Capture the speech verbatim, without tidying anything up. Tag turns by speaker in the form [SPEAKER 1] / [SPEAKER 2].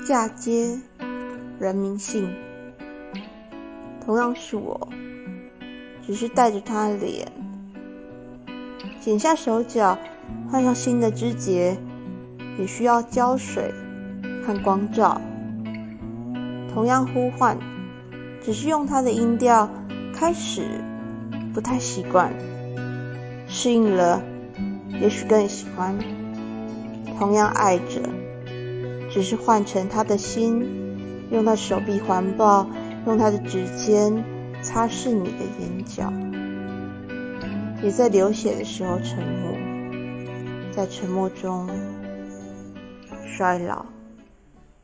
[SPEAKER 1] 嫁接人民性，同样是我，只是带着他的脸，剪下手脚，换上新的枝节，也需要浇水和光照。同样呼唤，只是用他的音调，开始不太习惯，适应了，也许更喜欢。同样爱着，只是换成他的心，用他手臂环抱，用他的指尖擦拭你的眼角，也在流血的时候沉默，在沉默中衰老。